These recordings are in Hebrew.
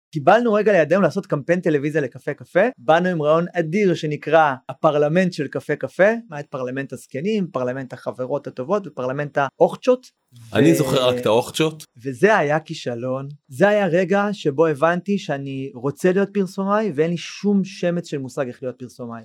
קיבלנו רגע לידינו לעשות קמפיין טלוויזיה לקפה קפה, באנו עם רעיון אדיר שנקרא הפרלמנט של קפה קפה, מה את פרלמנט הזקנים, פרלמנט החברות הטובות ופרלמנט האוכצ'ות. אני זוכר רק את האוכצ'ות. וזה היה כישלון, זה היה רגע שבו הבנתי שאני רוצה להיות פרסומאי ואין לי שום שמץ של מושג איך להיות פרסומאי.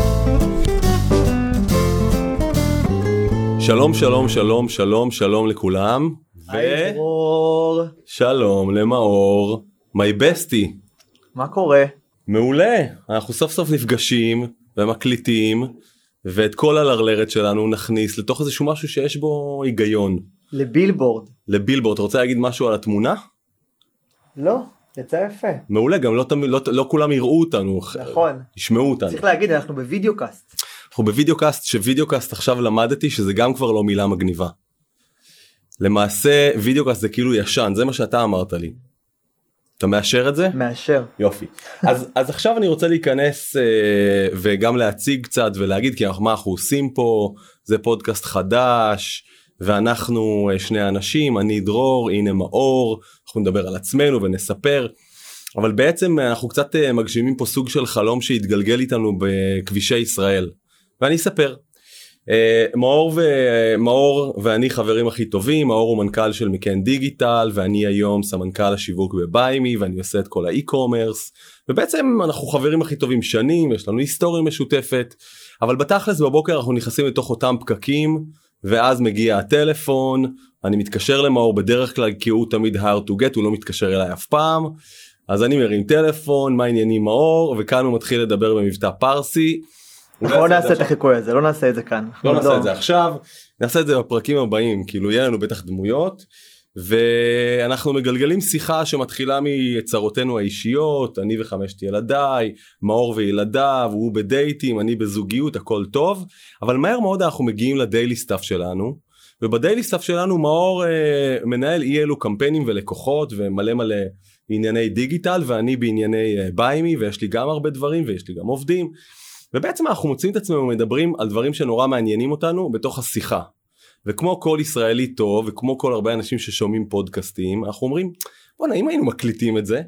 שלום שלום שלום שלום שלום לכולם. היי דרור. שלום למאור. my bestie. מה קורה? מעולה, אנחנו סוף סוף נפגשים ומקליטים ואת כל הלרלרת שלנו נכניס לתוך איזשהו משהו שיש בו היגיון. לבילבורד. לבילבורד, אתה רוצה להגיד משהו על התמונה? לא, יצא יפה. מעולה, גם לא כולם יראו אותנו. נכון. ישמעו אותנו. צריך להגיד, אנחנו בווידאו קאסט. אנחנו בווידאו קאסט, שווידאו קאסט עכשיו למדתי שזה גם כבר לא מילה מגניבה. למעשה וידאו קאסט זה כאילו ישן, זה מה שאתה אמרת לי. אתה מאשר את זה? מאשר. יופי. אז עכשיו אני רוצה להיכנס וגם להציג קצת ולהגיד כי מה אנחנו עושים פה, זה פודקאסט חדש ואנחנו שני אנשים, אני דרור, הנה מאור, אנחנו נדבר על עצמנו ונספר, אבל בעצם אנחנו קצת מגשימים פה סוג של חלום שהתגלגל איתנו בכבישי ישראל, ואני אספר. מאור ואני חברים הכי טובים, מאור הוא מנכ"ל של מקן דיגיטל ואני היום סמנכ"ל השיווק בביימי ואני עושה את כל האי-קומרס, ובעצם אנחנו חברים הכי טובים שנים, יש לנו היסטוריה משותפת, אבל בתכלס בבוקר אנחנו נכנסים לתוך אותם פקקים ואז מגיע הטלפון, אני מתקשר למאור בדרך כלל כי הוא תמיד hard to get, הוא לא מתקשר אליי אף פעם, אז אני מרים טלפון, מה העניינים מאור, וכאן הוא מתחיל לדבר במבטא פרסי. לא נעשה את החיקוי הזה, לא נעשה את זה כאן. לא נעשה את זה עכשיו, נעשה את זה בפרקים הבאים, כאילו יהיה לנו בטח דמויות, ואנחנו מגלגלים שיחה שמתחילה מיצרותינו האישיות, אני וחמשת ילדיי, מאור וילדיו, הוא בדייטים, אני בזוגיות, הכל טוב, אבל מהר מאוד אנחנו מגיעים לדיילי סטאפ שלנו, ובדיילי סטאפ שלנו מאור מנהל אי אלו קמפיינים ולקוחות, ומלא מלא ענייני דיגיטל, ואני בענייני ביימי, ויש לי גם הרבה דברים, ויש לי גם עובדים, ובעצם אנחנו מוצאים את עצמנו מדברים על דברים שנורא מעניינים אותנו בתוך השיחה. וכמו כל ישראלי טוב, וכמו כל הרבה אנשים ששומעים פודקאסטים, אנחנו אומרים, בוא'נה, אם היינו מקליטים את זה,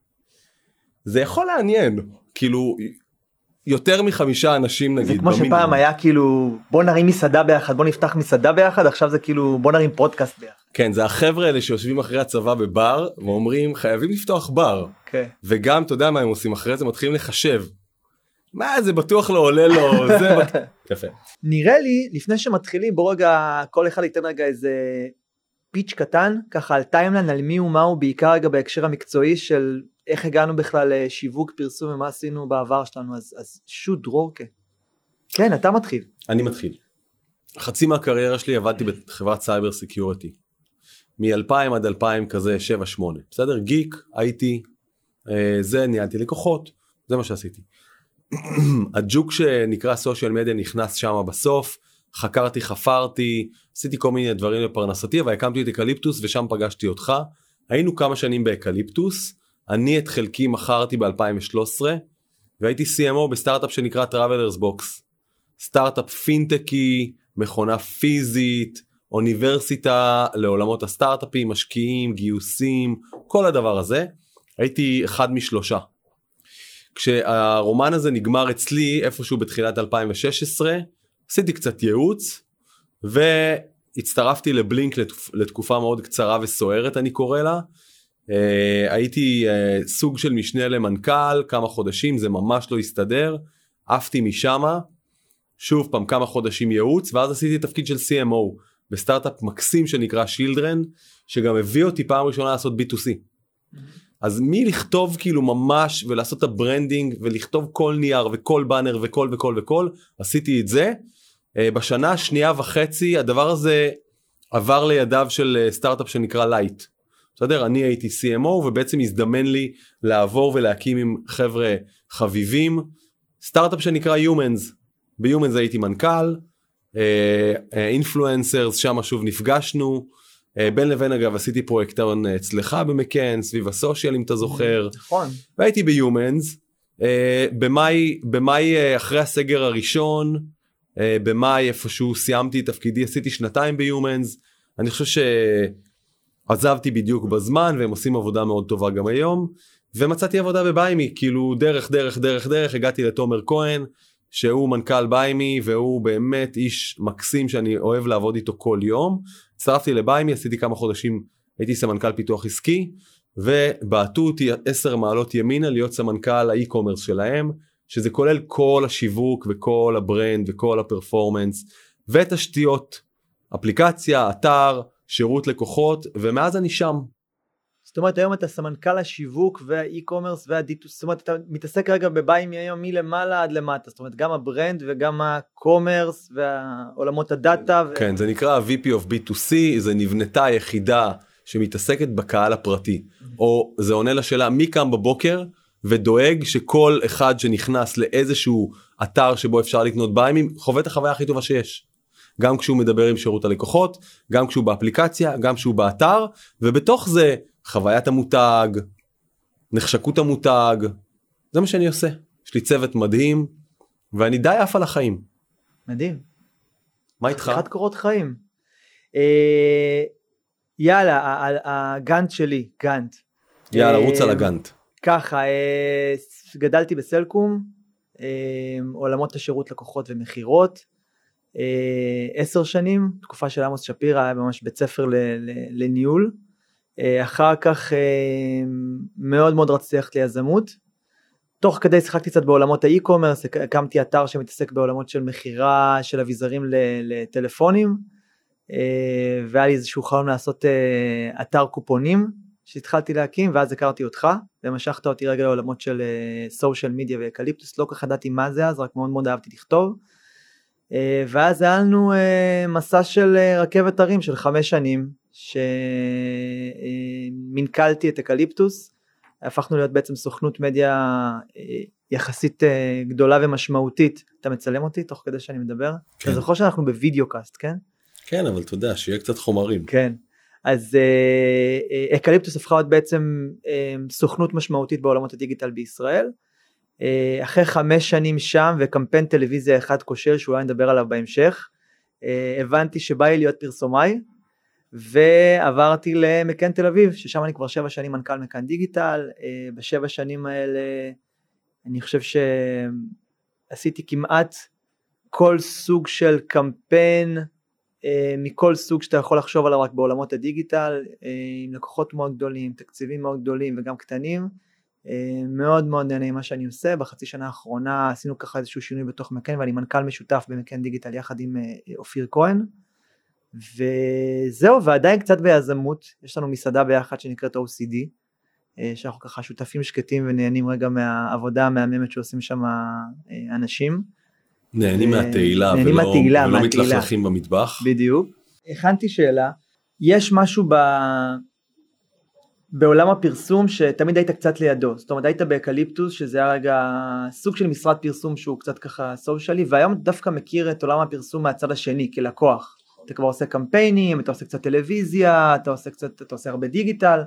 זה יכול לעניין. כאילו, יותר מ5 אנשים נגיד. זה כמו שפעם היה כאילו, בוא נרים מסעדה ביחד, בוא נפתח מסעדה ביחד, עכשיו זה כאילו, בוא נרים פודקאסט ביחד. כן, זה החבר'ה האלה שיושבים אחרי הצבא בבר, ואומרים, חייבים לפתוח בר. כן. וגם, אתה יודע מה הם עושים אחרי זה, מתחילים לחשב. מה זה בטוח לא עולה לו, זה יפה. נראה לי, לפני שמתחילים, בוא רגע, כל אחד ייתן רגע איזה פיץ' קטן, ככה על טיימליין, על מי ומה הוא, בעיקר רגע בהקשר המקצועי של איך הגענו בכלל לשיווק, פרסום ומה עשינו בעבר שלנו, אז שוט דרורקה. כן, אתה מתחיל. אני מתחיל. חצי מהקריירה שלי עבדתי בחברת סייבר סקיוריטי. מ-2000 עד 2000 כזה 7-8. בסדר? גיק, הייתי, זה ניהלתי לקוחות, זה מה שעשיתי. הג'וק שנקרא סושיאל מדיה נכנס שם בסוף, חקרתי, חפרתי, עשיתי כל מיני דברים לפרנסתי, והקמתי את אקליפטוס ושם פגשתי אותך. היינו כמה שנים באקליפטוס, אני את חלקי מכרתי ב-2013, והייתי CMO בסטארט-אפ שנקרא Travelers Box. סטארט-אפ פינטקי, מכונה פיזית, אוניברסיטה לעולמות הסטארט-אפים, משקיעים, גיוסים, כל הדבר הזה. הייתי אחד מ3. כשהרומן הזה נגמר אצלי איפשהו בתחילת 2016, עשיתי קצת ייעוץ, והצטרפתי לבלינק לתקופה מאוד קצרה וסוערת אני קורא לה, הייתי סוג של משנה למנכ"ל, כמה חודשים, זה ממש לא הסתדר, עפתי משם, שוב פעם כמה חודשים ייעוץ, ואז עשיתי תפקיד של CMO, בסטארט-אפ מקסים שנקרא שילדרן, שגם הביא אותי פעם ראשונה לעשות B2C. אז מי לכתוב כאילו ממש ולעשות את הברנדינג ולכתוב כל נייר וכל בנר וכל, עשיתי את זה. בשנה השנייה וחצי הדבר הזה עבר לידיו של סטארט-אפ שנקרא לייט. בסדר? אני הייתי CMO ובעצם הזדמן לי לעבור ולהקים עם חבר'ה חביבים. סטארט-אפ שנקרא Humans. ב-Humans הייתי מנכ"ל, אינפלואנסרס, שם שוב נפגשנו. בין לבין אגב עשיתי פרויקטון אצלך במקן, סביב הסושיאל אם אתה זוכר. נכון. והייתי ביומנס, במאי אחרי הסגר הראשון, במאי איפשהו סיימתי את תפקידי, עשיתי 2 ביומנס, אני חושב שעזבתי בדיוק בזמן, והם עושים עבודה מאוד טובה גם היום, ומצאתי עבודה בביימי, כאילו דרך, הגעתי לתומר כהן, שהוא מנכ"ל ביימי, והוא באמת איש מקסים שאני אוהב לעבוד איתו כל יום. הצטרפתי לביימי, עשיתי כמה חודשים, הייתי סמנכ"ל פיתוח עסקי, ובעטו אותי 10 מעלות ימינה להיות סמנכ"ל האי-קומרס שלהם, שזה כולל כל השיווק וכל הברנד וכל הפרפורמנס, ותשתיות, אפליקציה, אתר, שירות לקוחות, ומאז אני שם. זאת אומרת, היום אתה סמנכ"ל השיווק והאי-קומרס והדיטוס, זאת אומרת, אתה מתעסק רגע בביימי היום מלמעלה עד למטה, זאת אומרת, גם הברנד וגם הקומרס ועולמות הדאטה. כן, זה נקרא VP of B2C, זה נבנתה יחידה שמתעסקת בקהל הפרטי, או זה עונה לשאלה, מי קם בבוקר ודואג שכל אחד שנכנס לאיזשהו אתר שבו אפשר לקנות ביימי, חווה את החוויה הכי טובה שיש. גם כשהוא מדבר עם שירות הלקוחות, גם כשהוא באפליקציה, גם כשהוא באתר, ובתוך זה חוויית המותג, נחשקות המותג, זה מה שאני עושה. יש לי צוות מדהים, ואני די עף על החיים. מדהים. מה איתך? חתיכת קורות חיים. יאללה, הגאנט שלי, גאנט. יאללה, רוץ על הגאנט. ככה, גדלתי בסלקום, עולמות השירות לקוחות ומחירות, 10 שנים, תקופה של עמוס שפירא, היה ממש בית ספר לניהול, אחר כך מאוד מאוד רציתי ללכת ליזמות, תוך כדי שחקתי קצת בעולמות האי-קומרס, הקמתי אתר שמתעסק בעולמות של מחירה של אביזרים לטלפונים, והיה לי איזשהו חלום לעשות אתר קופונים, שהתחלתי להקים, ואז הכרתי אותך, ומשכת אותי רגע לעולמות של סושיאל מדיה ואקליפטוס, לא כל כך ידעתי מה זה אז, רק מאוד מאוד אהבתי לכתוב, ואז היה לנו מסע של רכבת הרים של 5 שנים, שמנכלתי את אקליפטוס, הפכנו להיות בעצם סוכנות מדיה יחסית גדולה ומשמעותית. אתה מצלם אותי תוך כדי שאני מדבר? כן. אתה זוכר שאנחנו בווידאו קאסט, כן? כן, אבל אתה יודע, שיהיה קצת חומרים. כן, אז אקליפטוס הפכה להיות בעצם סוכנות משמעותית בעולמות הדיגיטל בישראל, אחרי 5 שנים שם וקמפיין טלוויזיה אחד כושל שאולי נדבר עליו בהמשך, הבנתי שבא לי להיות פרסומאי, ועברתי למקן תל אביב, ששם אני כבר 7 שנים מנכ"ל מקן דיגיטל, ב7 שנים האלה אני חושב שעשיתי כמעט כל סוג של קמפיין, מכל סוג שאתה יכול לחשוב עליו רק בעולמות הדיגיטל, עם לקוחות מאוד גדולים, תקציבים מאוד גדולים וגם קטנים, מאוד מאוד נהנה מה שאני עושה. בחצי שנה האחרונה עשינו ככה איזשהו שינוי בתוך מקן, ואני מנכ"ל משותף במקן דיגיטל יחד עם אופיר כהן, וזהו, ועדיין קצת ביזמות, יש לנו מסעדה ביחד שנקראת OCD, שאנחנו ככה שותפים שקטים ונהנים רגע מהעבודה המהממת שעושים שם אנשים. נהנים מהתהילה ולא מתלכלכים במטבח. בדיוק. הכנתי שאלה, יש משהו בעולם הפרסום שתמיד היית קצת לידו, זאת אומרת היית באקליפטוס שזה היה רגע סוג של משרד פרסום שהוא קצת ככה סושיאלי, והיום דווקא מכיר את עולם הפרסום מהצד השני כלקוח, אתה כבר עושה קמפיינים, אתה עושה קצת טלוויזיה, אתה עושה הרבה דיגיטל,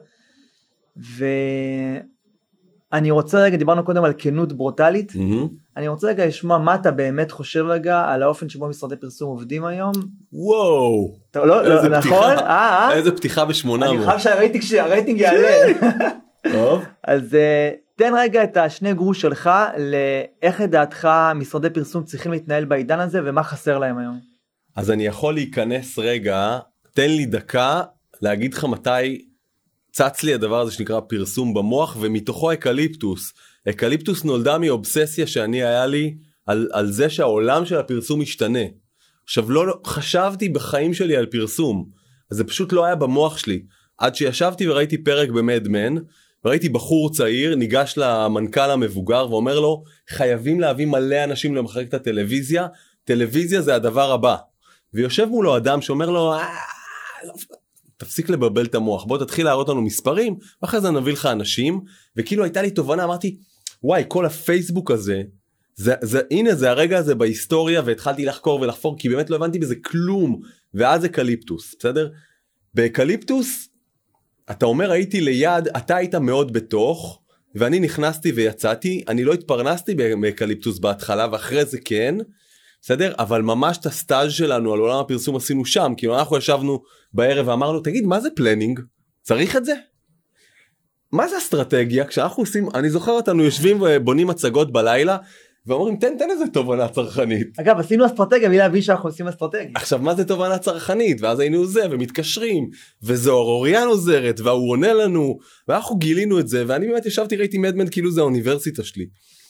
ואני רוצה רגע, דיברנו קודם על כנות ברוטלית, אני רוצה רגע לשמוע מה אתה באמת חושב רגע על האופן שבו משרדי פרסום עובדים היום. וואו, איזה נכון? איזה פתיחה ב800. אני חושב שהרייטינג יעלה. טוב. אז תן רגע את ה2 גרוש שלך, לאיך לדעתך משרדי פרסום צריכים להתנהל בעידן הזה, ומה חסר להם היום. אז אני יכול להיכנס רגע, תן לי דקה, להגיד לך מתי צץ לי הדבר הזה שנקרא פרסום במוח, ומתוכו אקליפטוס. אקליפטוס נולדה מאובססיה שאני היה לי, על זה שהעולם של הפרסום משתנה. עכשיו לא חשבתי בחיים שלי על פרסום, אז זה פשוט לא היה במוח שלי, עד שישבתי וראיתי פרק במדמן, וראיתי בחור צעיר, ניגש למנכ"ל המבוגר, ואומר לו, חייבים להביא מלא אנשים למחלקת הטלוויזיה, טלוויזיה זה הדבר הבא. ויושב מולו אדם שאומר לו, תפסיק לבלבל את המוח, בוא תתחיל להראות לנו מספרים, ואחרי זה נביא לך אנשים, וכאילו הייתה לי תובנה, אמרתי, וואי, כל הפייסבוק הזה, הנה זה הרגע הזה בהיסטוריה, והתחלתי לחקור ולחפור, כי באמת לא הבנתי בזה כלום, ואז אקליפטוס, בסדר? באקליפטוס, אתה אומר, הייתי ליד, אתה היית מאוד בתוך, ואני נכנסתי ויצאתי, אני לא התפרנסתי באקליפטוס בהתחלה, ואחרי זה כן, בסדר? אבל ממש את הסטאז' שלנו על עולם הפרסום עשינו שם, כאילו אנחנו ישבנו בערב ואמרנו, תגיד, מה זה פלנינג? צריך את זה? מה זה אסטרטגיה? כשאנחנו עושים, אני זוכר אותנו יושבים ובונים מצגות בלילה, ואומרים תן איזה תובנה צרכנית. אגב, עשינו אסטרטגיה בלי להבין שאנחנו עושים אסטרטגיה. עכשיו מה זה תובנה צרכנית? ואז היינו זה ומתקשרים, וזוהר אוריאן עוזרת, והוא עונה לנו, ואנחנו גילינו את זה, ואני באמת ישבתי ראיתי מדמן כאילו זה האוניברסיטה שלי.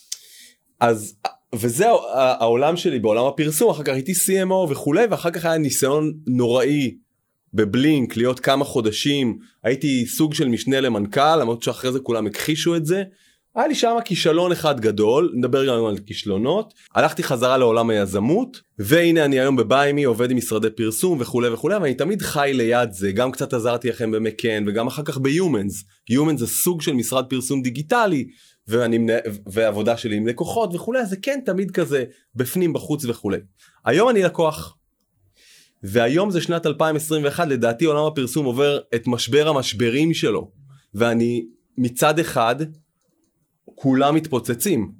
אז, וזה העולם שלי בעולם הפרסום, אחר כך הייתי CMO וכולי, ואחר כך היה ניסיון נוראי בבלינק, להיות כמה חודשים, הייתי סוג של משנה למנכ"ל, למרות שאחרי זה כולם הכחישו את זה, היה לי שם כישלון אחד גדול, נדבר גם על כישלונות, הלכתי חזרה לעולם היזמות, והנה אני היום בביימי, עובד עם משרדי פרסום וכולי וכולי, ואני תמיד חי ליד זה, גם קצת עזרתי לכם במקן, וגם אחר כך ביומנס, יומנס זה סוג של משרד פרסום דיגיטלי, ועבודה שלי עם לקוחות וכולי, אז זה כן תמיד כזה, בפנים, בחוץ וכולי. היום אני לקוח, והיום זה שנת 2021, לדעתי עולם הפרסום עובר את משבר המשברים שלו, ואני מצד אחד, כולם מתפוצצים.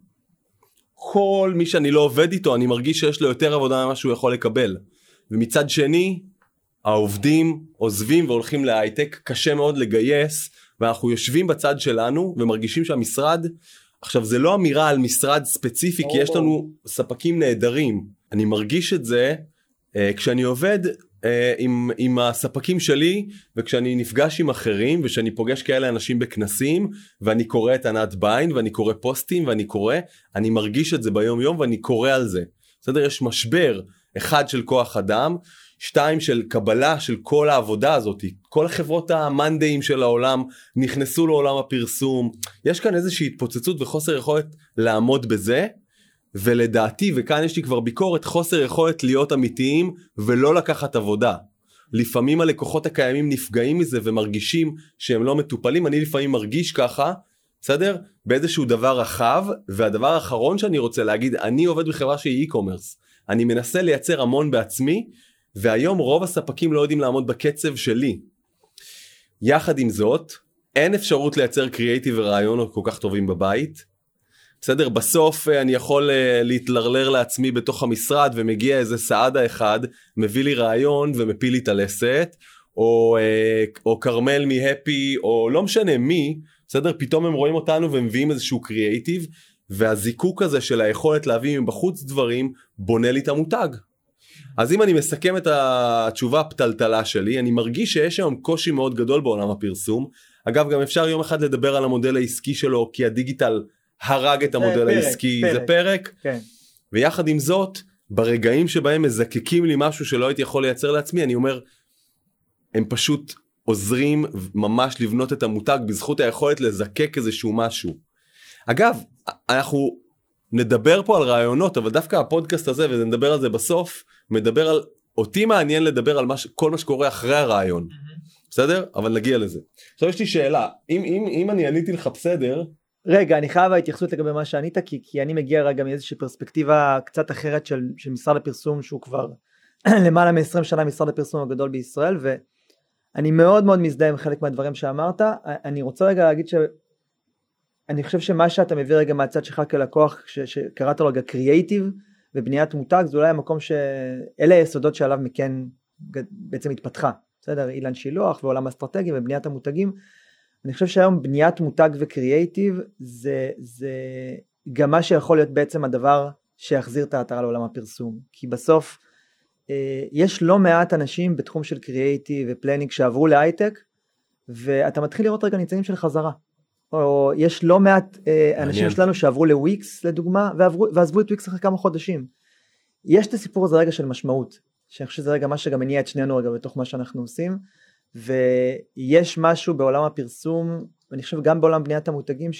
כל מי שאני לא עובד איתו, אני מרגיש שיש לו יותר עבודה ממה שהוא יכול לקבל. ומצד שני, העובדים עוזבים והולכים להייטק, קשה מאוד לגייס, ואנחנו יושבים בצד שלנו, ומרגישים שהמשרד, עכשיו זה לא אמירה על משרד ספציפי, כי יש לנו ספקים נהדרים. אני מרגיש את זה, כשאני עובד עם הספקים שלי, וכשאני נפגש עם אחרים, ושאני פוגש כאלה אנשים בכנסים, ואני קורא את ענת ביין, ואני קורא פוסטים, אני מרגיש את זה ביום יום, ואני קורא על זה. בסדר, יש משבר, אחד של כוח אדם, שתיים של קבלה של כל העבודה הזאת, כל החברות המנדאים של העולם, נכנסו לעולם הפרסום, יש כאן איזושהי התפוצצות וחוסר יכולת לעמוד בזה, ולדעתי, וכאן יש לי כבר ביקורת, חוסר יכולת להיות אמיתיים ולא לקחת עבודה. לפעמים הלקוחות הקיימים נפגעים מזה ומרגישים שהם לא מטופלים, אני לפעמים מרגיש ככה, בסדר? באיזשהו דבר רחב, והדבר האחרון שאני רוצה להגיד, אני עובד בחברה שהיא e-commerce, אני מנסה לייצר המון בעצמי, והיום רוב הספקים לא יודעים לעמוד בקצב שלי. יחד עם זאת, אין אפשרות לייצר קריאייטיב ורעיונות כל כך טובים בבית, בסדר, בסוף אני יכול להתלרלר לעצמי בתוך המשרד, ומגיע איזה סעדה אחד, מביא לי רעיון ומפיל לי את הלסת, או קרמל מהפי, או לא משנה מי, בסדר, פתאום הם רואים אותנו ומביאים איזשהו קריאייטיב, והזיקוק הזה של היכולת להביא מבחוץ דברים, בונה לי את המותג. אז אם אני מסכם את התשובה הפתלתלה שלי, אני מרגיש שיש היום קושי מאוד גדול בעולם הפרסום, אגב גם אפשר יום אחד לדבר על המודל העסקי שלו, כי הדיגיטל הרג את המודל העסקי, זה פרק, כן. ויחד עם זאת, ברגעים שבהם מזקקים לי משהו שלא הייתי יכול לייצר לעצמי, אני אומר, הם פשוט עוזרים ממש לבנות את המותג, בזכות היכולת לזקק איזשהו משהו. אגב, אנחנו נדבר פה על רעיונות, אבל דווקא הפודקאסט הזה, ונדבר על זה בסוף, מדבר על, אותי מעניין לדבר על כל מה שקורה אחרי הרעיון, בסדר? אבל נגיע לזה. עכשיו יש לי שאלה, אם אני עניתי לך בסדר, רגע, אני חייב ההתייחסות לגבי מה שענית, כי אני מגיע רגע מאיזושהי פרספקטיבה קצת אחרת של משרד הפרסום, שהוא כבר למעלה מ-20 שנה משרד הפרסום הגדול בישראל, ואני מאוד מאוד מזדהה עם חלק מהדברים שאמרת. אני רוצה רגע להגיד אני חושב שמה שאתה מביא רגע מהצד שלך כלקוח, שקראת לו רגע קריאייטיב ובניית מותג, זה אולי המקום שאלה היסודות שעליו מכן בעצם התפתחה, בסדר? אילן שילוח ועולם האסטרטגיה ובניית המותגים. אני חושב שהיום בניית מותג וקריאייטיב זה גם מה שיכול להיות בעצם הדבר שיחזיר את האתר לעולם הפרסום, כי בסוף יש לא מעט אנשים בתחום של קריאייטיב ופלנינג שעברו להייטק, ואתה מתחיל לראות רגע ניצנים של חזרה, או יש לא מעט אנשים שלנו שעברו לוויקס לדוגמה, ועזבו את וויקס אחרי כמה חודשים. יש את הסיפור הזה רגע של משמעות, שאני חושב שזה רגע מה שגם מניע את שנינו רגע בתוך מה שאנחנו עושים, ויש משהו בעולם הפרסום, ואני חושב גם בעולם בניית המותגים,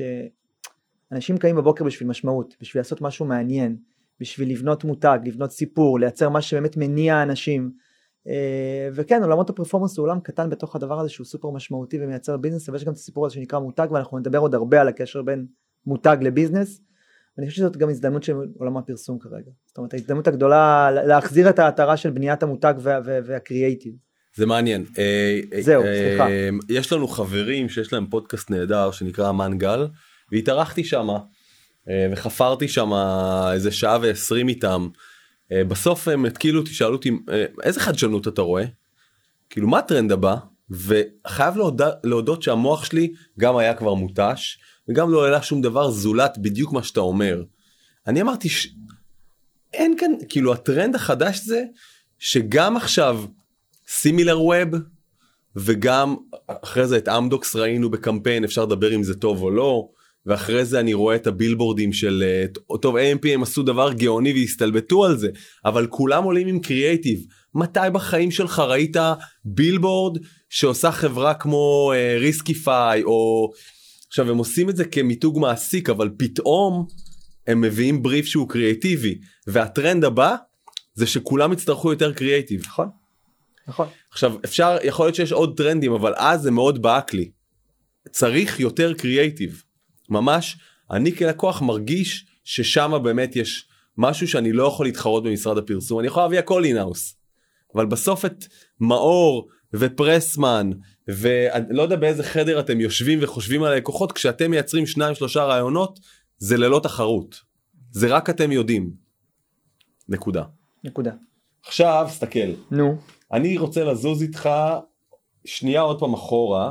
שאנשים קמים בבוקר בשביל משמעות, בשביל לעשות משהו מעניין, בשביל לבנות מותג, לבנות סיפור, לייצר מה שבאמת מניע אנשים, וכן, עולמות הפרפורמנס הוא עולם קטן בתוך הדבר הזה שהוא סופר משמעותי ומייצר ביזנס, ויש גם את הסיפור הזה שנקרא מותג, ואנחנו נדבר עוד הרבה על הקשר בין מותג לביזנס, ואני חושב שזאת גם הזדמנות של עולם הפרסום כרגע, זאת אומרת ההזדמנות הגדולה להחזיר את ההתרה של בניית המותג והקריאייטיב. זה מעניין. זהו, סליחה. יש לנו חברים שיש להם פודקאסט נהדר שנקרא מנגל, והתארחתי שם, וחפרתי שם איזה שעה ו20 איתם. בסוף הם התקילו אותי, שאלו אותי, איזה חדשנות אתה רואה? כאילו, מה הטרנד הבא? וחייב להודות שהמוח שלי גם היה כבר מוטש, וגם לא העלה שום דבר זולת בדיוק מה שאתה אומר. אני אמרתי, אין כאן, כאילו הטרנד החדש זה, שגם עכשיו, סימילר ווב, וגם אחרי זה את אמדוקס ראינו בקמפיין, אפשר לדבר אם זה טוב או לא, ואחרי זה אני רואה את הבילבורדים של, טוב, AMP הם עשו דבר גאוני והסתלבטו על זה, אבל כולם עולים עם קריאייטיב. מתי בחיים שלך ראית בילבורד שעושה חברה כמו ריסקיפיי, או עכשיו הם עושים את זה כמיתוג מעסיק, אבל פתאום הם מביאים בריף שהוא קריאייטיבי, והטרנד הבא זה שכולם יצטרכו יותר קריאייטיב. נכון, נכון. עכשיו אפשר, יכול להיות שיש עוד טרנדים, אבל אז זה מאוד בעק לי. צריך יותר קריאייטיב. ממש, אני כלקוח מרגיש ששם באמת יש משהו שאני לא יכול להתחרות במשרד הפרסום. אני יכול להביא הכל אינאוס. אבל בסוף את מאור ופרסמן, ואני לא יודע באיזה חדר אתם יושבים וחושבים על הלקוחות, כשאתם מייצרים 2-3 רעיונות, זה ללא תחרות. זה רק אתם יודעים. נקודה. נקודה. עכשיו, סתכל. נו. אני רוצה לזוז איתך שנייה עוד פעם אחורה.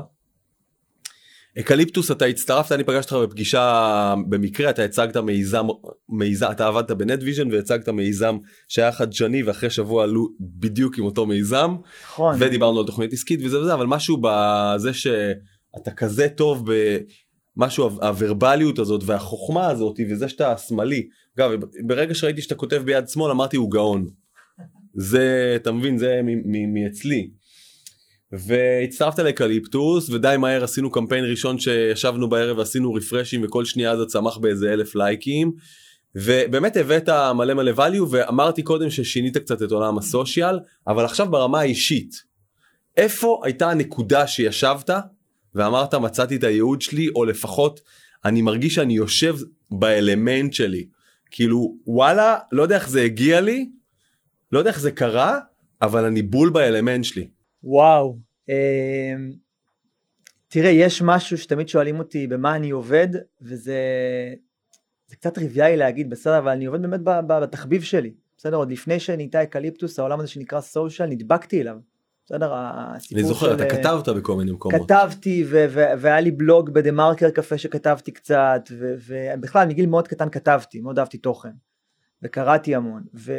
אקליפטוס, אתה הצטרפת, אני פגשת אותך בפגישה במקרה, אתה הצגת מיזם, אתה עבדת בנטוויז'ן והצגת מיזם שהיה חדשני, ואחרי שבוע עלו בדיוק עם אותו מיזם, נכון. ודיברנו על תוכנית עסקית וזה וזה, אבל משהו בזה שאתה כזה טוב במשהו, הוורבליות הזאת והחוכמה הזאת, וזה שאתה שמאלי, אגב, ברגע שראיתי שאתה כותב ביד שמאל, אמרתי הוא גאון. זה, אתה מבין, זה מאצלי. והצטרפת לאקליפטוס, ודי מהר עשינו קמפיין ראשון שישבנו בערב ועשינו רפרשים, וכל שנייה זה צמח באיזה 1,000 לייקים, ובאמת הבאת מלא מלא value, ואמרתי קודם ששינית קצת את עולם הסושיאל, אבל עכשיו ברמה האישית, איפה הייתה הנקודה שישבת, ואמרת מצאתי את הייעוד שלי, או לפחות אני מרגיש שאני יושב באלמנט שלי, כאילו וואלה, לא יודע איך זה הגיע לי, לא יודע איך זה קרה, אבל אני בול באלמנט שלי. וואו, תראה, יש משהו שתמיד שואלים אותי במה אני עובד, וזה קצת טריוויאלי להגיד, בסדר, אבל אני עובד באמת בתחביב שלי, בסדר, עוד לפני שנהייתה אקליפטוס, העולם הזה שנקרא סושיאל, נדבקתי אליו, בסדר, הסיפור אני זוכר, אתה כתבת בכל מיני מקומות. כתבתי, והיה לי בלוג בדה מרקר קפה שכתבתי קצת, ובכלל מגיל מאוד קטן כתבתי, מאוד אהבתי תוכן, וקראתי המון,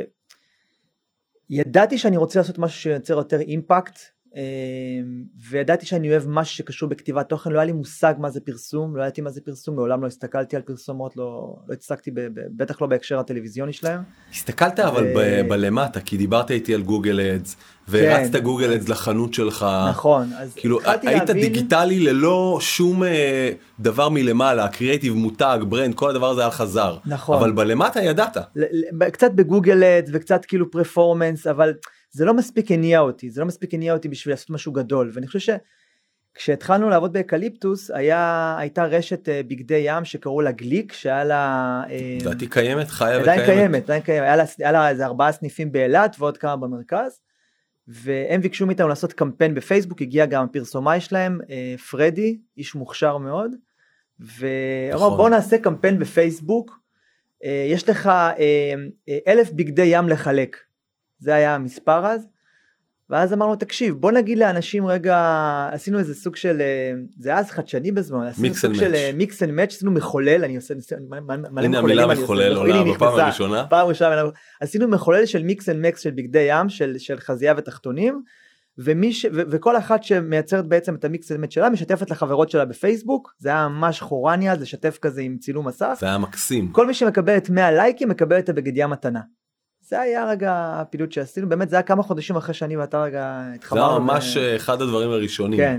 וידעתי שאני רוצה לעשות משהו שיוצר יותר אימפקט, וידעתי שאני אוהב משהו שקשור בכתיבת תוכן, לא היה לי מושג מה זה פרסום, לא ידעתי מה זה פרסום, מעולם לא הסתכלתי על פרסומות, לא הצלחתי, בטח לא בהקשר הטלוויזיוני שלהם. הסתכלת אבל בלמטה, כי דיברת איתי על גוגל אדס, והרצת גוגל אדס לחנות שלך. נכון. אז כאילו, היית דיגיטלי ללא שום דבר מלמעלה, קריאייטיב, מותג, ברנד, כל הדבר הזה היה חזר. נכון. אבל בלמטה ידעת. קצת בגוגל אדס, וקצת כאילו פרפורמנס, אבל זה לא מספיק הניע אותי, בשביל לעשות משהו גדול, ואני חושב שכשהתחלנו לעבוד באקליפטוס, הייתה רשת בגדי ים שקראו לה גליק, שהיה לה... דעתי קיימת, חיה וקיימת. עדיין קיימת, היה לה איזה 4 סניפים באילת, ועוד כמה במרכז, והם ביקשו מאיתנו לעשות קמפיין בפייסבוק, הגיע גם הפרסומאי שלהם, פרדי, איש מוכשר מאוד, ואמר בוא נעשה קמפיין בפייסבוק, יש לך 1,000 בגדי ים לחלק, זה היה המספר אז, ואז אמרנו תקשיב, בוא נגיד לאנשים רגע, עשינו איזה סוג של, זה היה אז חדשני בזמן, עשינו סוג של מיקס אנד מאץ', עשינו מחולל, אני עושה, הנה המילה מחולל, עולה בפעם הראשונה, עשינו מחולל של מיקס אנד מאץ' של בגדי ים, של חזייה ותחתונים, וכל אחת שמייצרת בעצם את המיקס אנד מאץ' שלה, משתפת לחברות שלה בפייסבוק, זה היה ממש חורניה, זה שתף כזה עם צילום מסך, זה היה מקסים, כל מי שמקבלת 100 לייקים, מקבל את הבגד ים מתנה. זה היה רגע הפעילות שעשינו, באמת זה היה כמה חודשים אחרי שאני ואתה רגע התחברנו. זה היה ממש אחד הדברים הראשונים. כן,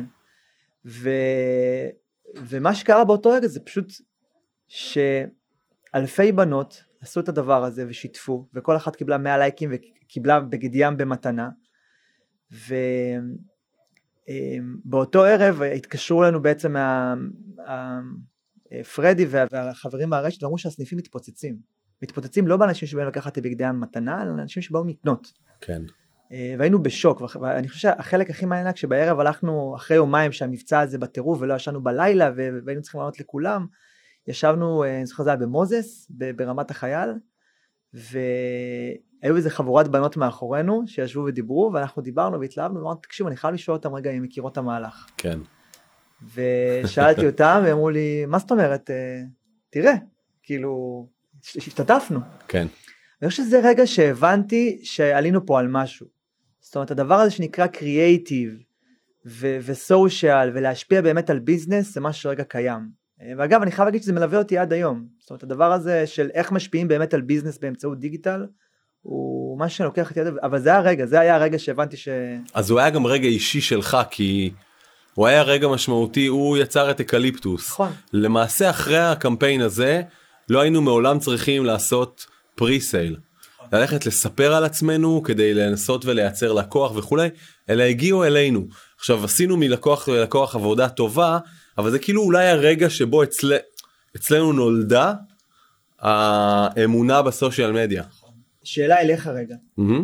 ומה שקרה באותו רגע זה פשוט שאלפי בנות עשו את הדבר הזה ושיתפו, וכל אחת קיבלה 100 לייקים וקיבלה בגד ים במתנה, ובאותו ערב התקשרו לנו בעצם פרדי והחברים מהרשת, ואמרו שהסניפים מתפוצצים לא באנשים שבאים לקחת את בגדי ים מתנה, אלא אנשים שבאו מתנות. כן. והיינו בשוק, ואני חושב שהחלק הכי מעניין כשבערב הלכנו אחרי יומיים שהמבצע הזה בטירוף ולא ישנו בלילה והיינו צריכים לענות לכולם, ישבנו, אני זוכר זה היה במוזס, ברמת החייל, והיו איזה חבורת בנות מאחורינו שישבו ודיברו, ואנחנו דיברנו והתלהבנו, ואמרנו, תקשיב, אני חייב לשאול אותם רגע אם מכירות את המהלך. כן. ושאלתי אותם, והם אמרו לי, מה זאת אומרת? תראה, כאילו, השתתפנו. כן. אני חושב שזה רגע שהבנתי שעלינו פה על משהו. זאת אומרת, הדבר הזה שנקרא קריאייטיב וסושיאל, ולהשפיע באמת על ביזנס, זה משהו שרגע קיים. ואגב, אני חייב להגיד שזה מלווה אותי עד היום. זאת אומרת, הדבר הזה של איך משפיעים באמת על ביזנס באמצעות דיגיטל, הוא משהו שאני לוקח את יד, אבל זה היה הרגע שהבנתי אז הוא היה גם רגע אישי שלך, כי הוא היה רגע משמעותי, הוא יצר את אקליפטוס. נכון. למעשה אחרי הקמפיין הזה, לא היינו מעולם צריכים לעשות פרי-סייל. ללכת לספר על עצמנו כדי לנסות ולייצר לקוח וכולי, אלא הגיעו אלינו. עכשיו עשינו מלקוח ללקוח עבודה טובה, אבל זה כאילו אולי הרגע שבו אצלנו נולדה האמונה בסושיאל מדיה. שאלה אליך רגע.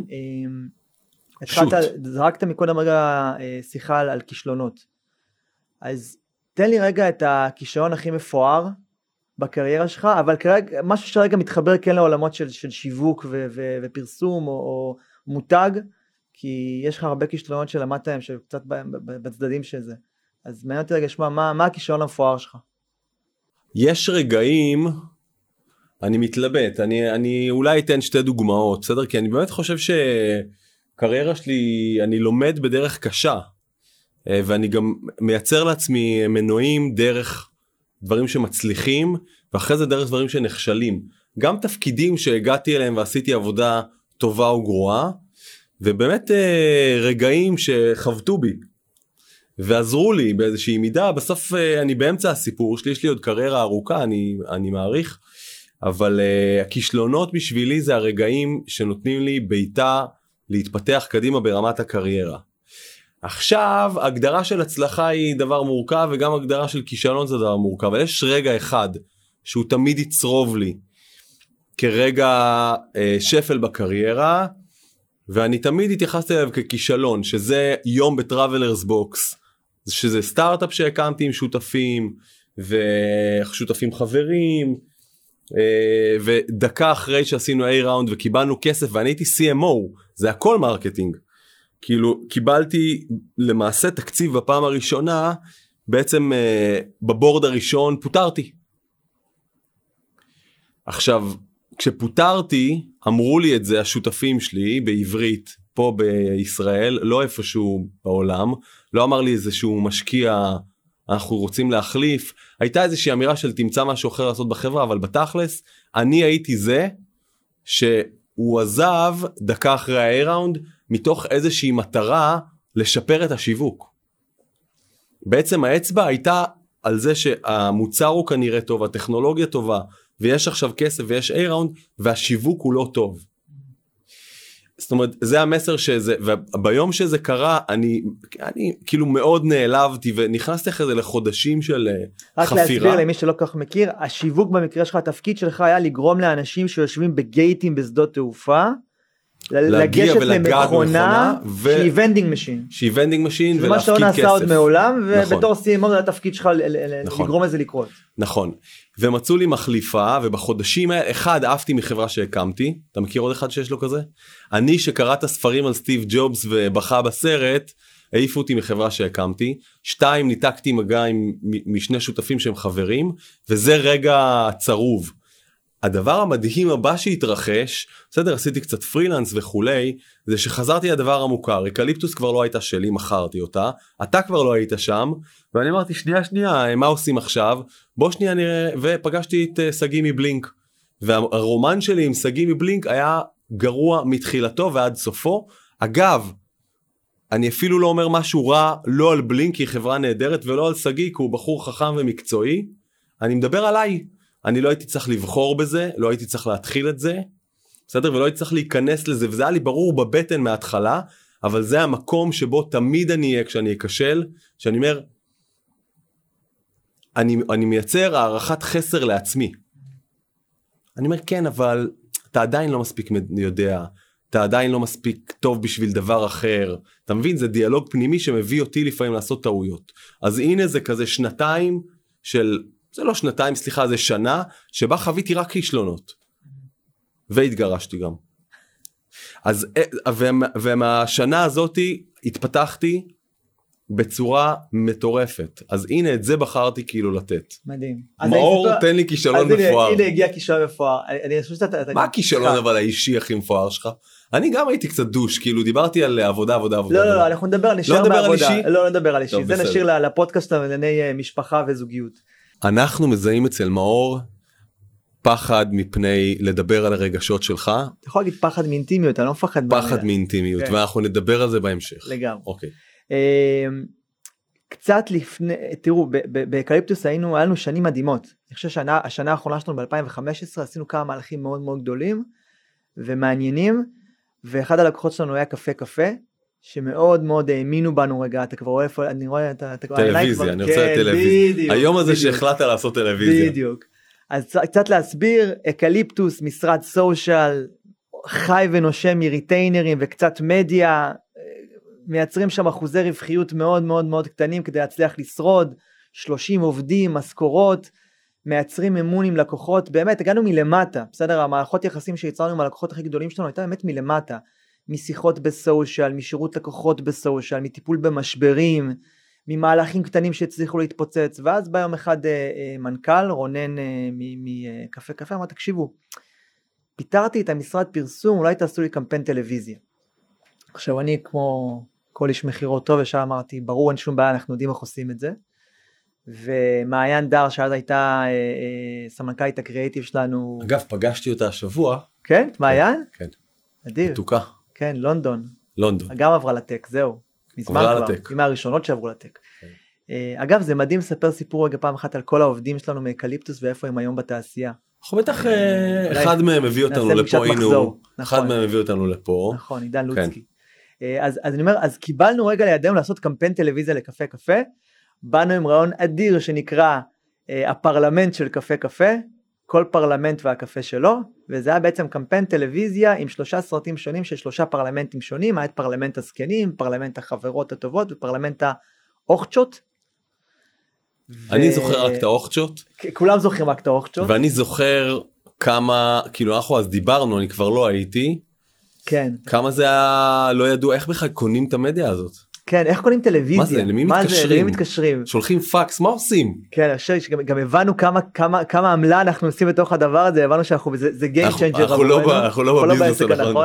זרקת מקודם רגע שיחה על כישלונות. אז תן לי רגע את הכישלון הכי מפואר בקריירה שלך, אבל כרגע משהו שרגע מתחבר כן לעולמות של שיווק ופרסום או מותג, כי יש לך הרבה כישלונות שלמדת להם שקצת בצדדים של זה. אז מעניין אותי רגע לשמוע, מה הכישלון המפואר שלך? יש רגעים, אני מתלבט, אני אולי אתן שתי דוגמאות, בסדר? כי אני באמת חושב שקריירה שלי, אני לומד בדרך קשה, ואני גם מייצר לעצמי מנועים דרך דברים שמצליחים, ואחרי זה דרך דברים שנכשלים. גם תפקידים שהגעתי אליהם ועשיתי עבודה טובה או גרועה, ובאמת רגעים שחבטו בי, ועזרו לי באיזושהי מידה. בסוף אני באמצע הסיפור שלי, יש לי עוד קריירה ארוכה, אני מעריך, אבל הכישלונות בשבילי זה הרגעים שנותנים לי ביתה להתפתח קדימה ברמת הקריירה. עכשיו, הגדרה של הצלחה היא דבר מורכב, וגם הגדרה של כישלון זה דבר מורכב, אבל יש רגע אחד שהוא תמיד יצרוב לי כרגע שפל בקריירה, ואני תמיד התייחסתי אליו ככישלון, שזה יום בטראבלרס בוקס, שזה סטארט-אפ שהקמתי עם שותפים, ושותפים חברים, ודקה אחרי שעשינו A-ראונד וקיבלנו כסף, ואני הייתי CMO, זה הכל מרקטינג. כאילו קיבלתי למעשה תקציב בפעם הראשונה, בעצם בבורד הראשון פוטרתי. עכשיו, כשפוטרתי, אמרו לי את זה השותפים שלי בעברית, פה בישראל, לא איפשהו בעולם, לא אמר לי איזשהו משקיע, אנחנו רוצים להחליף, הייתה איזושהי אמירה של תמצא משהו אחר לעשות בחברה, אבל בתכלס, אני הייתי זה, שהוא עזב דקה אחרי ה-A-ראונד, מתוך איזושהי מטרה לשפר את השיווק. בעצם האצבע הייתה על זה שהמוצר הוא כנראה טוב, הטכנולוגיה טובה, ויש עכשיו כסף ויש A-ראונד, והשיווק הוא לא טוב. זאת אומרת, זה המסר שזה, וביום שזה קרה, אני כאילו מאוד נעלבתי, ונכנסתי אחרי זה לחודשים של רק חפירה. רק להסביר למי שלא כך מכיר, השיווק במקרה שלך, התפקיד שלך היה לגרום לאנשים שיושבים בגייטים בשדות תעופה, לגשת למכונה שהיא ונדינג משין. שהיא ונדינג משין ולהפקיד כסף. זה מה שלא נעשה עוד מעולם, ובתור CMO זה התפקיד שלך לגרום לזה לקרות. נכון. ומצאו לי מחליפה, ובחודשים האלה, אחד, עפתי מחברה שהקמתי, אתה מכיר עוד אחד שיש לו כזה? אני שקראת הספרים על סטיב ג'ובס ובכה בסרט, העיפו אותי מחברה שהקמתי, 2, ניתקתי מגע משני שותפים שהם חברים, וזה רגע צרוב. הדבר המדהים הבא שהתרחש, בסדר, עשיתי קצת פרילנס וכולי, זה שחזרתי לדבר המוכר, אקליפטוס כבר לא הייתה שלי, מכרתי אותה, אתה כבר לא היית שם, ואני אמרתי, שנייה, מה עושים עכשיו? בוא שנייה נראה, ופגשתי את סגי מבלינק, והרומן שלי עם סגי מבלינק היה גרוע מתחילתו ועד סופו. אגב, אני אפילו לא אומר משהו רע, לא על בלינק, היא חברה נהדרת, ולא על סגי, כי הוא בחור חכם ומקצועי, אני מדבר עליי, אני לא הייתי צריך לבחור בזה, לא הייתי צריך להתחיל את זה, בסדר? ולא הייתי צריך להיכנס לזה, וזה היה לי ברור בבטן מההתחלה, אבל זה המקום שבו תמיד אני אהיה כשאני אכשל, שאני אומר, אני מייצר הערכת חסר לעצמי. אני אומר, כן, אבל אתה עדיין לא מספיק יודע, אתה עדיין לא מספיק טוב בשביל דבר אחר, אתה מבין? זה דיאלוג פנימי שמביא אותי לפעמים לעשות טעויות. אז הנה זה כזה שנתיים של... זה לא שנתיים, סליחה, זה שנה, שבה חוויתי רק כישלונות. והתגרשתי גם. אז, ומהשנה הזאת התפתחתי בצורה מטורפת. אז הנה את זה בחרתי כאילו לתת. מדהים. מאור, תן לי כישלון מפואר. הנה הגיע כישלון מפואר. מה הכישלון אבל האישי הכי מפואר שלך? אני גם הייתי קצת דוש, כאילו דיברתי על עבודה. לא, אנחנו נדבר על נשאר מעבודה. לא נדבר על אישי, זה נשאיר לפודקאסט לענייני משפחה וזוגיות. אנחנו מזהים אצל מאור פחד מפני לדבר על הרגשות שלך. אתה יכול להגיד פחד מאינטימיות, אני לא מפחד. פחד מאינטימיות, ואנחנו נדבר על זה בהמשך. לגמרי. אוקיי. קצת לפני, תראו, באקליפטוס היה לנו שנים מדהימות. אני חושב שהשנה האחרונה שלנו ב-2015 עשינו כמה מהלכים מאוד מאוד גדולים ומעניינים, ואחד הלקוחות שלנו היה קפה, שמאוד מאוד האמינו בנו. רגע, אתה כבר רואה איפה, אני רואה את טלוויזיה, אני רוצה טלוויזיה. היום הזה שהחלטת לעשות טלוויזיה. בדיוק. אז קצת להסביר, אקליפטוס, משרד סושיאל, חי ונושם מריטיינרים וקצת מדיה, מייצרים שם אחוזי רווחיות מאוד מאוד מאוד קטנים כדי להצליח לשרוד, 30 עובדים, משכורות, מייצרים אמון עם לקוחות, באמת הגענו מלמטה, בסדר, המערכות יחסים שיצרנו עם הלקוחות הכי גדולים שלנו הייתה באמת מלמטה, משיחות בסושיאל, משירות לקוחות בסושיאל, מטיפול במשברים, ממהלכים קטנים שהצליחו להתפוצץ, ואז בא יום אחד מנכ"ל, רונן מקפה, אמר תקשיבו, פיתרתי את המשרד פרסום, אולי תעשו לי קמפיין טלוויזיה. עכשיו אני כמו כל איש מחירות טוב, ישר אמרתי, ברור אין שום בעיה, אנחנו יודעים איך עושים את זה, ומעיין דר שעד הייתה סמנכ"לית הקריאיטיב שלנו. אגב, פגשתי אותה השבוע. כן? מעיין? כן. אדיר. מתוקה. כן, לונדון. לונדון. גם עברה לטק, זהו. עברה לטק. היא מהראשונות שעברו לטק. אגב, זה מדהים לספר סיפור רגע פעם אחת על כל העובדים שלנו מאקליפטוס ואיפה הם היום בתעשייה. אנחנו בטח אחד מהם הביא אותנו לפה, אחד מהם הביא אותנו לפה. נכון, עידן לוצקי. אז אני אומר, אז קיבלנו רגע לידינו לעשות קמפיין טלוויזיה לקפה, באנו עם רעיון אדיר שנקרא הפרלמנט של קפה, כל פרלמנט והקפה שלו, וזה היה בעצם קמפיין טלוויזיה עם 3 סרטים שונים של 3 פרלמנטים שונים, היה את פרלמנט הזקנים, פרלמנט החברות הטובות ופרלמנט האוכצ'ות. אני זוכר רק את האוכצ'ות. כולם זוכרים רק את האוכצ'ות. ואני זוכר כמה, כאילו אנחנו אז דיברנו, אני כבר לא הייתי. כן. כמה זה היה, לא ידעו איך בכלל קונים את המדיה הזאת. כן, איך קונים טלוויזיה? מה זה? למי מתקשרים? מתקשרים? שולחים פקס, מה עושים? כן, אני חושב שגם הבנו כמה עמלה אנחנו עושים בתוך הדבר הזה, הבנו שאנחנו, זה game changer. אנחנו לא בביזנס הנכון.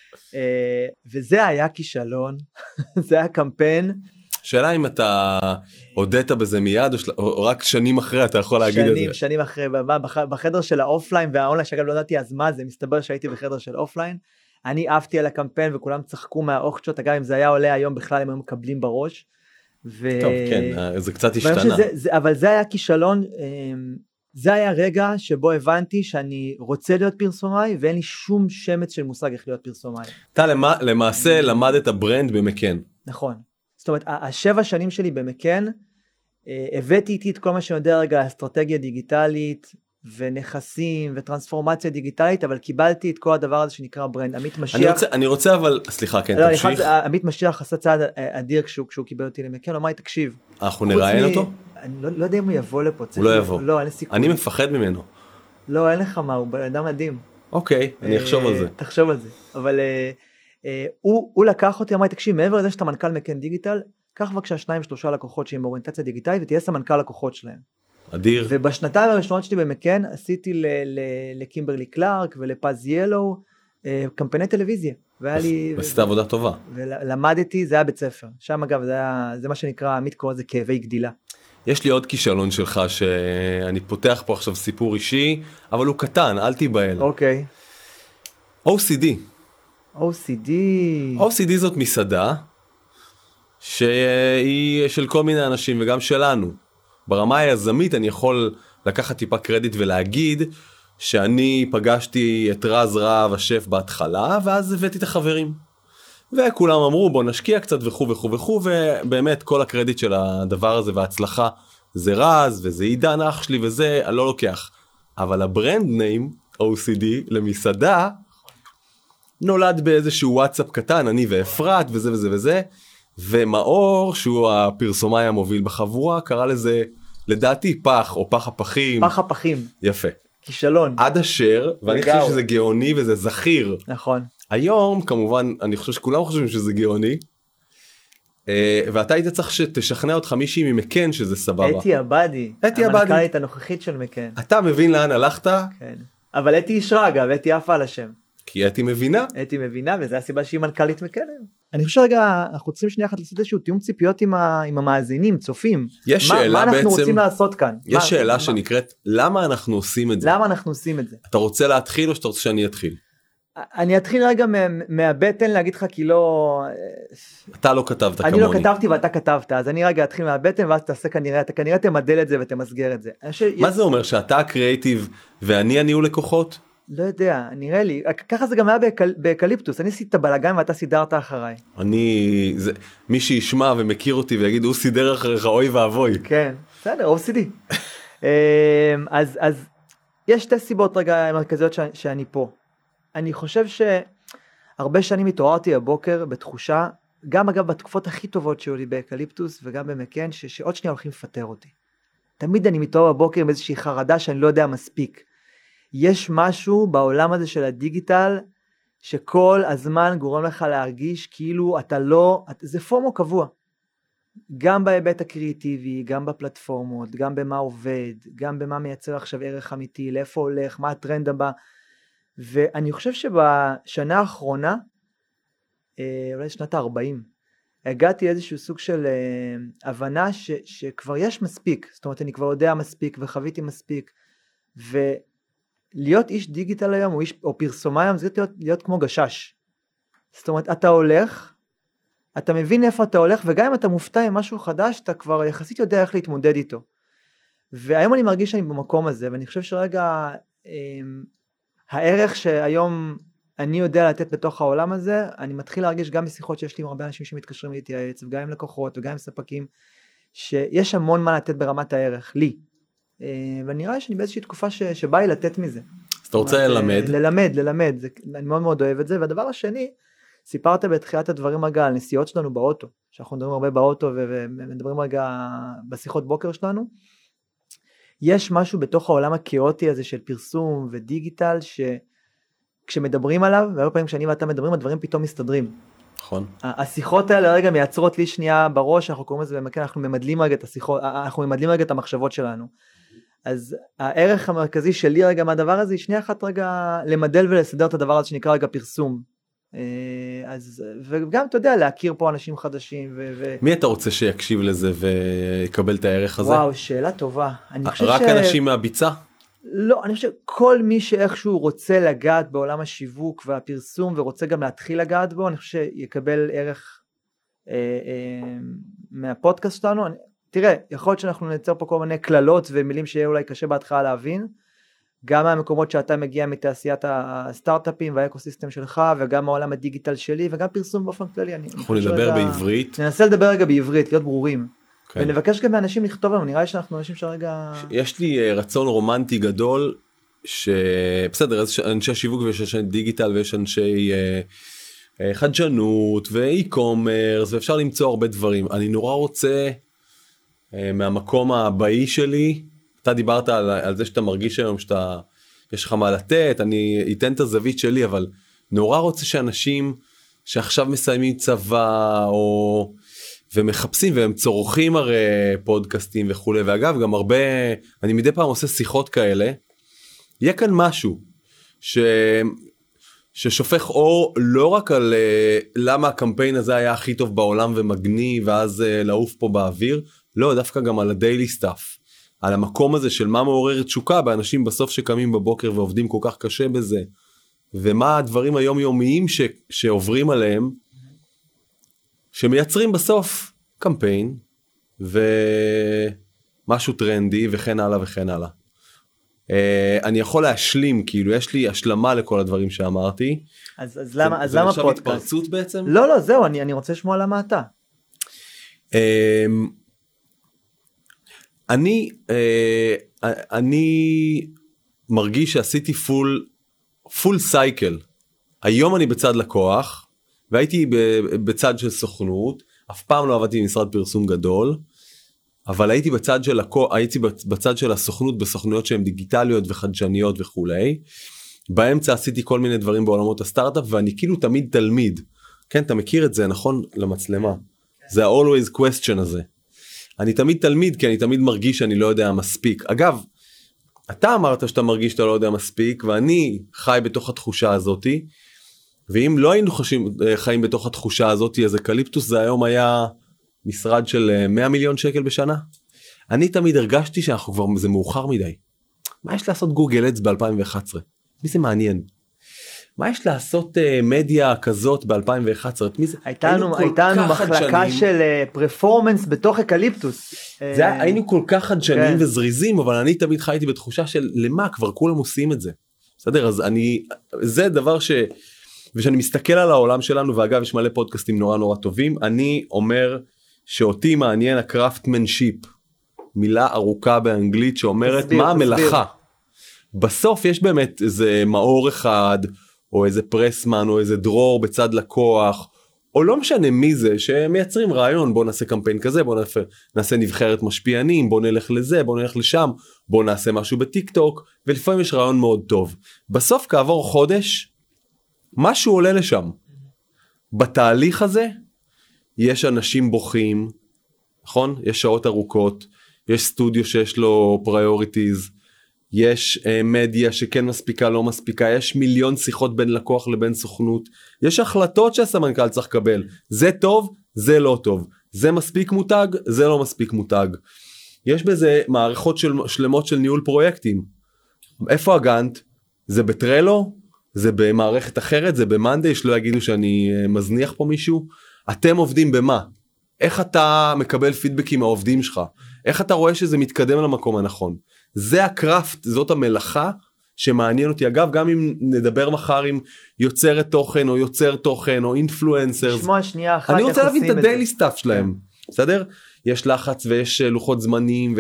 וזה היה כישלון, זה היה קמפיין. שאלה אם אתה הודית בזה מיד, או רק שנים אחרי אתה יכול להגיד את זה. שנים אחרי, בחדר של האופליין והאונליין, שאגב לא ידעתי אז מה זה, מסתבר שהייתי בחדר של אופליין, אני עפתי על הקמפיין וכולם צחקו מהאוכצ'ות, אגב אם זה היה עולה היום בכלל הם היו מקבלים בראש. טוב כן, זה קצת השתנה. אבל זה היה כישלון, זה היה רגע שבו הבנתי שאני רוצה להיות פרסומאי ואין לי שום שמץ של מושג איך להיות פרסומאי. אתה למעשה למדת ברנד במקן. נכון, זאת אומרת 7 שנים שלי במקן, הבאתי איתי את כל מה שאני יודע רגע, אסטרטגיה דיגיטלית, ונכסים וטרנספורמציה דיגיטלית, אבל קיבלתי את כל הדבר הזה שנקרא ברנד. עמית משיח, אני רוצה אבל, סליחה, כן, תמשיך. עמית משיח עשה צעד אדיר כשהוא קיבל אותי למקן, הוא אמר לי, תקשיב. אנחנו נראיין אותו? אני לא יודע אם הוא יבוא לפה. הוא לא יבוא. לא, אין לי סיכוי. אני מפחד ממנו. לא, אין לך מה, הוא בן אדם מדהים. אוקיי, אני אחשוב על זה. תחשוב על זה. אבל הוא לקח אותי, אמר לי, תקשיב, מעבר לזה שאתה מנכ"ל מקן דיגיטל, קח בבקשה 2-3 לקוחות שהם באוריינטציה דיגיטלית, ותהיה סמנכ"ל לקוחות שלהם. אדיר. ובשנתיים הראשונות שלי במקן עשיתי לקימברלי קלארק ולפז ילו קמפייני טלוויזיה. ועשית עבודה טובה. ולמדתי, זה היה בית ספר. שם אגב זה מה שנקרא, עמית קורא זה כאבי גדילה. יש לי עוד כישלון שלך שאני פותח פה עכשיו סיפור אישי, אבל הוא קטן, אל תיבהל. אוקיי. OCD. OCD זאת מסעדה שהיא של כל מיני אנשים וגם שלנו. ברמה היזמית אני יכול לקחת טיפה קרדיט ולהגיד שאני פגשתי את רז רב השף בהתחלה, ואז הבאתי את החברים. וכולם אמרו בוא נשקיע קצת וכו', ובאמת כל הקרדיט של הדבר הזה וההצלחה זה רז וזה עידן אח שלי וזה, אני לא לוקח. אבל הברנד ניים OCD למסעדה נולד באיזשהו וואטסאפ קטן, אני ואפרת וזה, ומאור שהוא הפרסומאי המוביל בחבורה קרא לזה לדעתי פח או פח הפחים. פח הפחים. יפה. כישלון. עד אשר, ואני חושב שזה גאוני וזה זכיר. נכון. היום כמובן אני חושב שכולם חושבים שזה גאוני. ואתה היית צריך שתשכנע אותך מישהי ממקן שזה סבבה. אתי עבדי. אתי עבדי. המנכ"לית הנוכחית של מקן. אתה מבין לאן הלכת? כן. אבל אתי אישרה אגב, אתי עפה על השם. כי אתי מבינה. אתי מבינה, וזה הסיבה שהיא מנכ"לית מקן. אני חושב רגע, אנחנו צריכים שנייה אחת לעשות איזשהו תיאום ציפיות עם המאזינים, צופים. יש שאלה בעצם. מה אנחנו רוצים לעשות כאן? יש שאלה שנקראת, למה אנחנו עושים את זה? למה אנחנו עושים את זה? אתה רוצה להתחיל או שאתה רוצה שאני אתחיל? אני אתחיל רגע מהבטן להגיד לך כי לא... אתה לא כתבת כמוני. אני לא כתבתי ואתה כתבת, אז אני רגע אתחיל מהבטן ואז תעשה כנראה, אתה כנראה תמדל את זה ותמסגר את זה. מה זה אומר, שאתה הקריאיטיב ואני הניהול לקוחות? לא יודע, נראה לי, ככה זה גם היה באקליפטוס, אני עשיתי את הבלגן ואתה סידרת אחריי. מי שישמע ומכיר אותי ויגיד, הוא סידר אחריך, אוי ואבוי. כן, בסדר, OCD. אז יש שתי סיבות רגע מרכזיות שאני פה. אני חושב שהרבה שנים התעוררתי הבוקר בתחושה, גם אגב בתקופות הכי טובות שהיו לי באקליפטוס וגם במקן, שעוד שנייה הולכים לפטר אותי. תמיד אני מתעורר בבוקר עם איזושהי חרדה שאני לא יודע מספיק. יש משהו בעולם הזה של הדיגיטל, שכל הזמן גורם לך להרגיש כאילו אתה לא, זה פורמו קבוע. גם בהיבט הקריאטיבי, גם בפלטפורמות, גם במה עובד, גם במה מייצר עכשיו ערך אמיתי, לאיפה הולך, מה הטרנד הבא. ואני חושב שבשנה האחרונה, אולי שנת ה-40, הגעתי לאיזשהו סוג של הבנה שכבר יש מספיק, זאת אומרת אני כבר יודע מספיק וחוויתי מספיק, ולהיות איש דיגיטל היום או פרסומה היום זה להיות כמו גשש. זאת אומרת אתה הולך, אתה מבין איפה אתה הולך, וגם אם אתה מופתע עם משהו חדש, אתה כבר יחסית יודע איך להתמודד איתו. והיום אני מרגיש שאני במקום הזה, ואני חושב שרגע הערך שהיום אני יודע לתת בתוך העולם הזה, אני מתחיל להרגיש גם בשיחות שיש לי עם הרבה אנשים שמתקשרים להתייעץ, וגם עם לקוחות וגם עם ספקים, שיש המון מה לתת ברמת הערך, לי. ואני רואה שאני באיזושהי תקופה שבא לי לתת מזה. אז אתה רוצה ללמד? ללמד, אני מאוד מאוד אוהב את זה, והדבר השני, סיפרת בתחילת הדברים רגע על נסיעות שלנו באוטו, שאנחנו מדברים הרבה באוטו ומדברים רגע בשיחות בוקר שלנו, יש משהו בתוך העולם הכאוטי הזה של פרסום ודיגיטל, שכשמדברים עליו, והרבה פעמים כשאני ואתה מדברים, הדברים פתאום מסתדרים. נכון. השיחות האלה רגע מייצרות לי שנייה בראש, אנחנו קוראים לזה במקרה, אנחנו ממדלים רגע את השיחות, אנחנו ממדלים רגע את המחשבות שלנו. אז הערך המרכזי שלי רגע מהדבר הזה, היא שנייה אחת רגע למדל ולסדר את הדבר הזה שנקרא רגע פרסום. אז, וגם אתה יודע, להכיר פה אנשים חדשים מי אתה רוצה שיקשיב לזה ויקבל את הערך הזה? וואו, שאלה טובה. רק אנשים מהביצה? לא, אני חושב כל מי שאיכשהו רוצה לגעת בעולם השיווק והפרסום ורוצה גם להתחיל לגעת בו, אני חושב שיקבל ערך מהפודקאסט שלנו. תראה, יכול להיות שאנחנו נייצר פה כל מיני כללות ומילים שיהיה אולי קשה בהתחלה להבין, גם מהמקומות שאתה מגיע מתעשיית הסטארט-אפים והאקוסיסטם שלך, וגם מעולם הדיגיטל שלי, וגם פרסום באופן כללי. אנחנו נדבר בעברית. ננסה לדבר רגע בעברית, להיות ברורים. ונבקש גם מאנשים לכתוב לנו, נראה לי שאנחנו אנשים שרגע... יש לי רצון רומנטי גדול, בסדר, יש אנשי שיווק ויש אנשי דיגיטל ויש אנשי חדשנות ואי-קומרס, ואפשר למצוא הרבה דברים. אני נורא רוצה מהמקום הבאי שלי, אתה דיברת על זה שאתה מרגיש היום שאתה, יש לך מה לתת, אני אתן את הזווית שלי, אבל נורא רוצה שאנשים שעכשיו מסיימים צבא או... ומחפשים והם צורכים הרי פודקאסטים וכו', ואגב גם הרבה, אני מדי פעם עושה שיחות כאלה, יהיה כאן משהו ששופך אור לא רק על למה הקמפיין הזה היה הכי טוב בעולם ומגניב ואז לעוף פה באוויר, לא, דווקא גם על הדיילי סטאפ, על המקום הזה של מה מעורר תשוקה באנשים בסוף שקמים בבוקר ועובדים כל כך קשה בזה, ומה הדברים היומיומיים שעוברים עליהם, שמייצרים בסוף קמפיין ומשהו טרנדי וכן הלאה וכן הלאה. אני יכול להשלים, כאילו יש לי השלמה לכל הדברים שאמרתי. אז למה פודקאסט? זה עכשיו התפרצות בעצם? לא, זהו, אני רוצה לשמוע למה אתה. אני מרגיש שעשיתי פול סייקל. היום אני בצד לקוח, והייתי בצד של סוכנות, אף פעם לא עבדתי במשרד פרסום גדול, אבל הייתי בצד של הסוכנות, בסוכנויות שהן דיגיטליות וחדשניות וכולי. באמצע עשיתי כל מיני דברים בעולמות הסטארט-אפ, ואני כאילו תמיד תלמיד. כן, אתה מכיר את זה, נכון? למצלמה. זה ה-always question הזה. אני תמיד תלמיד, כי אני תמיד מרגיש שאני לא יודע מספיק. אגב, אתה אמרת שאתה מרגיש שאתה לא יודע מספיק, ואני חי בתוך התחושה הזאת, ואם לא היינו חיים בתוך התחושה הזאת, אז אקליפטוס זה היום היה משרד של 100 מיליון שקל בשנה. אני תמיד הרגשתי שאנחנו כבר, זה מאוחר מדי. מה יש לעשות גוגל אדס ב-2011? מי זה מעניין? מה יש לעשות מדיה כזאת ב-2011? הייתה לנו מחלקה של פרפורמנס בתוך אקליפטוס. היינו כל כך חדשנים וזריזים, אבל אני תמיד חייתי בתחושה של למה כבר כולם עושים את זה. בסדר? אז זה דבר ושאני מסתכל על העולם שלנו, ואגב יש מלא פודקאסטים נורא נורא טובים, אני אומר שאותי מעניין הקראפטמנשיפ, מילה ארוכה באנגלית שאומרת מה המלאכה. בסוף יש באמת איזה מאור אחד, או איזה פרסמן, או איזה דרור בצד לקוח, או לא משנה מי זה, שמייצרים רעיון, בוא נעשה קמפיין כזה, בוא נעשה נבחרת משפיענים, בוא נלך לזה, בוא נלך לשם, בוא נעשה משהו בטיק טוק, ולפעמים יש רעיון מאוד טוב. בסוף כעבור חודש, משהו עולה לשם. בתהליך הזה, יש אנשים בוכים, נכון? יש שעות ארוכות, יש סטודיו שיש לו פריוריטיז, יש מדיה שכן מספיקה, לא מספיקה, יש מיליון שיחות בין לקוח לבין סוכנות, יש החלטות שהסמנכ"ל צריך לקבל, זה טוב, זה לא טוב, זה מספיק מותג, זה לא מספיק מותג. יש בזה מערכות שלמות של ניהול פרויקטים. איפה הגאנט? זה בטרלו? זה במערכת אחרת? זה במנדי? שלא יגידו שאני מזניח פה מישהו? אתם עובדים במה? איך אתה מקבל פידבקים מהעובדים שלך? איך אתה רואה שזה מתקדם למקום הנכון? זה הקראפט, זאת המלאכה שמעניין אותי. אגב, גם אם נדבר מחר עם יוצרת תוכן או יוצר תוכן או אינפלואנסרס, אני רוצה להבין את הדיילי סטאפ שלהם. בסדר? יש לחץ ויש לוחות זמנים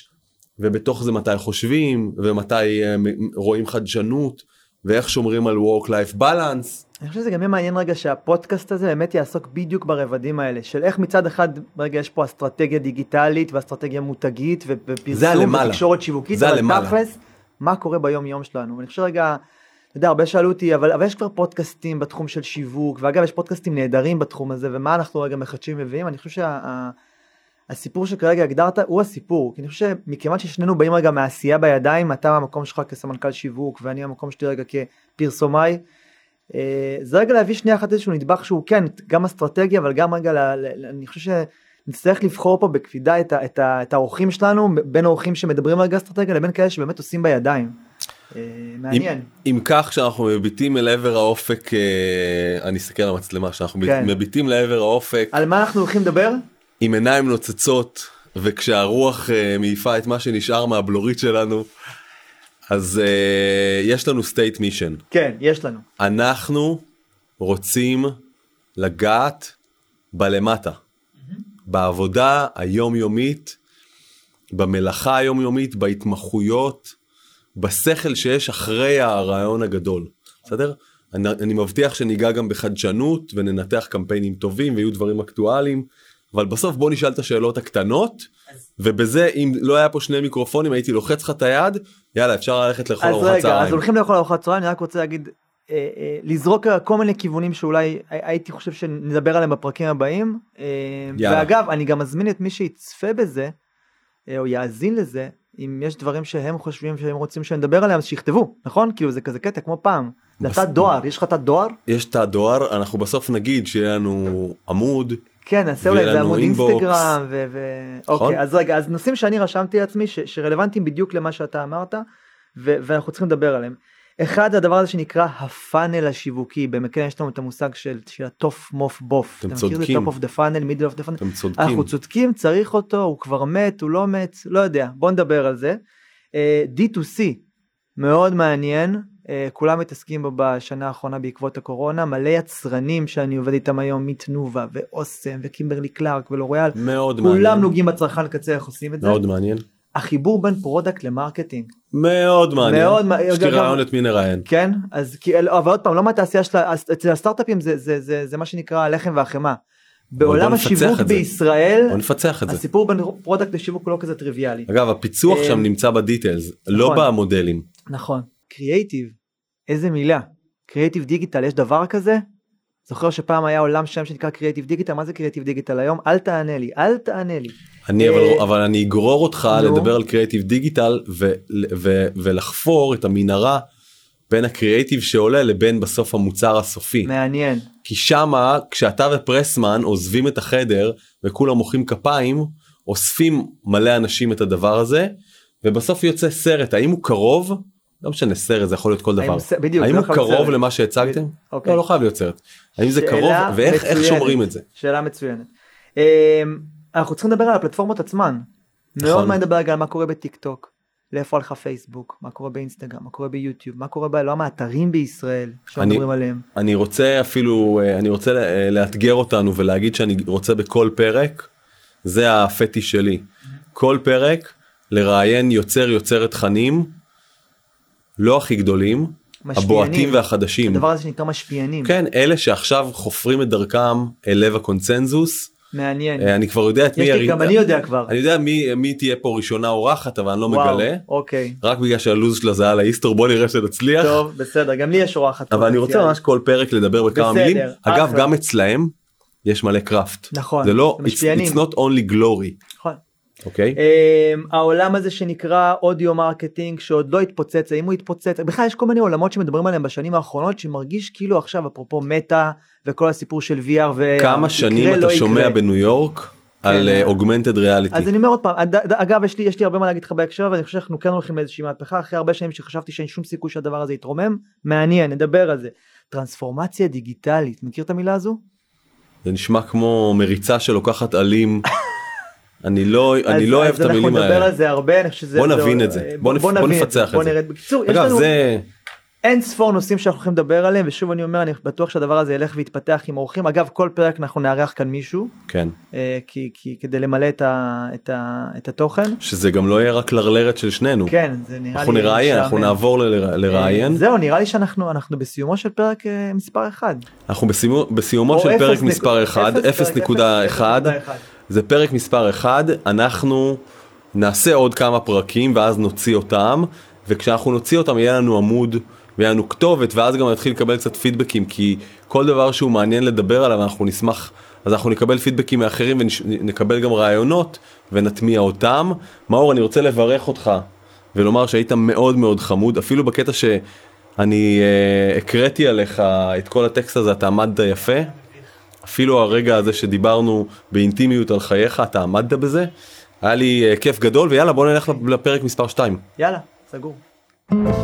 ובתוך זה מתי חושבים ומתי רואים חדשנות ואיך שומרים על work-life balance. אני חושב שזה גם יהיה מעניין רגע שהפודקאסט הזה באמת יעסוק בדיוק ברבדים האלה, של איך מצד אחד ברגע יש פה אסטרטגיה דיגיטלית ואסטרטגיה מותגית ופרסום ותקשורת שיווקית, אבל תכלס, מה קורה ביום יום שלנו? ואני חושב רגע, אתה יודע, הרבה שאלו אותי, אבל יש כבר פודקאסטים בתחום של שיווק, ואגב יש פודקאסטים נהדרים בתחום הזה, ומה אנחנו רגע מחדשים מביאים, אני חושב הסיפור שכרגע הגדרת הוא הסיפור, כי אני חושב שמכיוון ששנינו באים רגע מהעשייה בידיים, אתה המקום שלך כסמנכ"ל שיווק, ואני המקום שלי רגע כפרסומאי, זה רגע להביא שנייה אחת איזשהו נדבך שהוא כן, גם אסטרטגיה, אבל גם רגע, אני חושב שנצטרך לבחור פה בקפידה את האורחים שלנו, בין האורחים שמדברים רגע אסטרטגיה, לבין כאלה שבאמת עושים בידיים. מעניין. אם כך שאנחנו מביטים אל עבר האופק, אני אסתכל על המצלמה, שאנחנו מביטים לעבר האופק. על מה אנחנו הולכים לדבר? עם עיניים נוצצות, וכשהרוח מעיפה את מה שנשאר מהבלורית שלנו, אז יש לנו state mission. כן, יש לנו. אנחנו רוצים לגעת בלמטה. בעבודה היומיומית, במלאכה היומיומית, בהתמחויות, בשכל שיש אחרי הרעיון הגדול. בסדר? אני מבטיח שניגע גם בחדשנות, וננתח קמפיינים טובים, ויהיו דברים אקטואליים, אבל בסוף בוא נשאל את השאלות הקטנות, ובזה אם לא היה פה שני מיקרופונים, הייתי לוחץ לך את היד, יאללה אפשר ללכת לאכול ארוחת צהריים. אז הולכים לאכול ארוחת צהריים, אני רק רוצה להגיד, לזרוק כל מיני כיוונים שאולי הייתי חושב שנדבר עליהם בפרקים הבאים, ואגב אני גם מזמין את מי שיצפה בזה, או יאזין לזה, אם יש דברים שהם חושבים שהם רוצים שנדבר עליהם, אז שיכתבו, נכון? כאילו זה כזה קטע כמו פעם, זה תת דואר, יש לך תת דואר? יש תת דואר, אנחנו בסוף נגיד שיהיה לנו עמוד, כן, נעשה אולי זה עמוד אינסטגרם, אוקיי, אז רגע, אז נושאים שאני רשמתי לעצמי, שרלוונטיים בדיוק למה שאתה אמרת, ואנחנו צריכים לדבר עליהם. אחד, הדבר הזה שנקרא הפאנל השיווקי, במקרה יש לנו את המושג של הטוף מוף בוף. אתם צודקים. טופ אוף דה פאנל, מידל אוף דה פאנל. אתם צודקים. אנחנו צודקים, צריך אותו, הוא כבר מת, הוא לא מת, לא יודע, בוא נדבר על זה. D2C, מאוד מעניין, כולם מתעסקים בו בשנה האחרונה בעקבות הקורונה, מלא יצרנים שאני עובד איתם היום, מתנובה ואוסם וקימברלי קלארק ולוריאל, מאוד מעניין. כולם נוגעים בצרכן קצה, איך עושים את זה. מאוד מעניין. החיבור בין פרודקט למרקטינג. מאוד מעניין. יש לי רעיון את מי נראיין. כן, אז אבל עוד פעם, לא מהתעשייה שלה, אצל הסטארט-אפים זה מה שנקרא לחם והחמה. בעולם השיווק בישראל, בוא נפצח את זה. הסיפור בין פרודקט לשיווק הוא לא כזה טריוויאלי. אגב, הפיצוח שם נמצא בדיטלס, לא במודלים. נכון. קריאייטיב, איזה מילה. קריאייטיב דיגיטל, יש דבר כזה? זוכר שפעם היה עולם שם שנקרא קריאייטיב דיגיטל, מה זה קריאייטיב דיגיטל היום? אל תענה לי. אבל אני אגרור אותך לדבר על קריאייטיב דיגיטל ולחפור את המנהרה בין הקריאייטיב שעולה לבין בסוף המוצר הסופי. מעניין. כי שמה כשאתה ופרסמן עוזבים את החדר וכולם מוחאים כפיים, אוספים מלא אנשים את הדבר הזה, ובסוף יוצא סרט. האם הוא קרוב? לא משנה סרט, זה יכול להיות כל דבר. האם הוא קרוב למה שהצגתם? לא חייב להיות סרט. האם זה קרוב ואיך שומרים את זה? שאלה מצוינת. אנחנו צריכים לדבר על הפלטפורמות עצמן. מאוד מה נדבר על מה קורה בטיק טוק, לאיפה הלכה פייסבוק, מה קורה באינסטגרם, מה קורה ביוטיוב, מה קורה בעולם האתרים בישראל שמדברים עליהם. אני רוצה לאתגר אותנו ולהגיד שאני רוצה בכל פרק, זה הפטיש שלי. כל פרק לראיין יוצרת תכנים, לא הכי גדולים, הבועטים והחדשים. הדבר הזה שנקרא משפיענים. כן, אלה שעכשיו חופרים את דרכם אל לב הקונצנזוס. מעניין. אני כבר יודע את מי... גם אני יודע כבר. אני יודע מי תהיה פה ראשונה אורחת, אבל אני לא מגלה. אוקיי. רק בגלל שהלוז שלה זה היה לאיסטור, בוא נראה שנצליח. טוב, בסדר, גם לי יש אורחת. אבל אני רוצה ממש כל פרק לדבר בכמה מילים. אגב, גם אצלהם יש מלא קראפט. נכון. זה לא, it's not only glory. נכון. אוקיי. העולם הזה שנקרא אודיו מרקטינג שעוד לא התפוצץ, האם הוא התפוצץ, בכלל יש כל מיני עולמות שמדברים עליהם בשנים האחרונות שמרגיש כאילו עכשיו אפרופו מטא וכל הסיפור של VR כמה שנים אתה שומע בניו יורק על augmented reality. אז אני אומר עוד פעם, אגב יש לי הרבה מה להגיד לך בהקשר ואני חושב שאנחנו כן הולכים לאיזושהי מהפכה אחרי הרבה שנים שחשבתי שאין שום סיכוי שהדבר הזה יתרומם, מעניין, נדבר על זה. טרנספורמציה דיגיטלית, מכיר את המילה הזו? זה נשמע כמו מריצה שלוקחת עלים. אני לא אוהב את המילים האלה. נדבר על זה הרבה, בוא נבין את זה, בוא נפצח את זה. בקיצור, יש לנו אין ספור נושאים שאנחנו יכולים לדבר עליהם, ושוב אני אומר, אני בטוח שהדבר הזה ילך ויתפתח עם אורחים. אגב, כל פרק אנחנו נארח כאן מישהו, כן. כדי למלא את התוכן. שזה גם לא יהיה רק לרלרת של שנינו. כן, זה נראה לי... אנחנו נראיין, אנחנו נעבור לראיין. זהו, נראה לי שאנחנו בסיומו של פרק מספר 1. אנחנו בסיומו של פרק מספר 1, 0.1. זה פרק מספר 1, אנחנו נעשה עוד כמה פרקים ואז נוציא אותם, וכשאנחנו נוציא אותם יהיה לנו עמוד ויהיה לנו כתובת, ואז גם נתחיל לקבל קצת פידבקים, כי כל דבר שהוא מעניין לדבר עליו אנחנו נשמח, אז אנחנו נקבל פידבקים מאחרים ונקבל גם רעיונות ונטמיע אותם. מאור, אני רוצה לברך אותך ולומר שהיית מאוד מאוד חמוד, אפילו בקטע שאני הקראתי עליך את כל הטקסט הזה, אתה עמדת יפה. אפילו הרגע הזה שדיברנו באינטימיות על חייך, אתה עמדת בזה. היה לי כיף גדול, ויאללה, בוא נלך לפרק מספר 2. יאללה, סגור.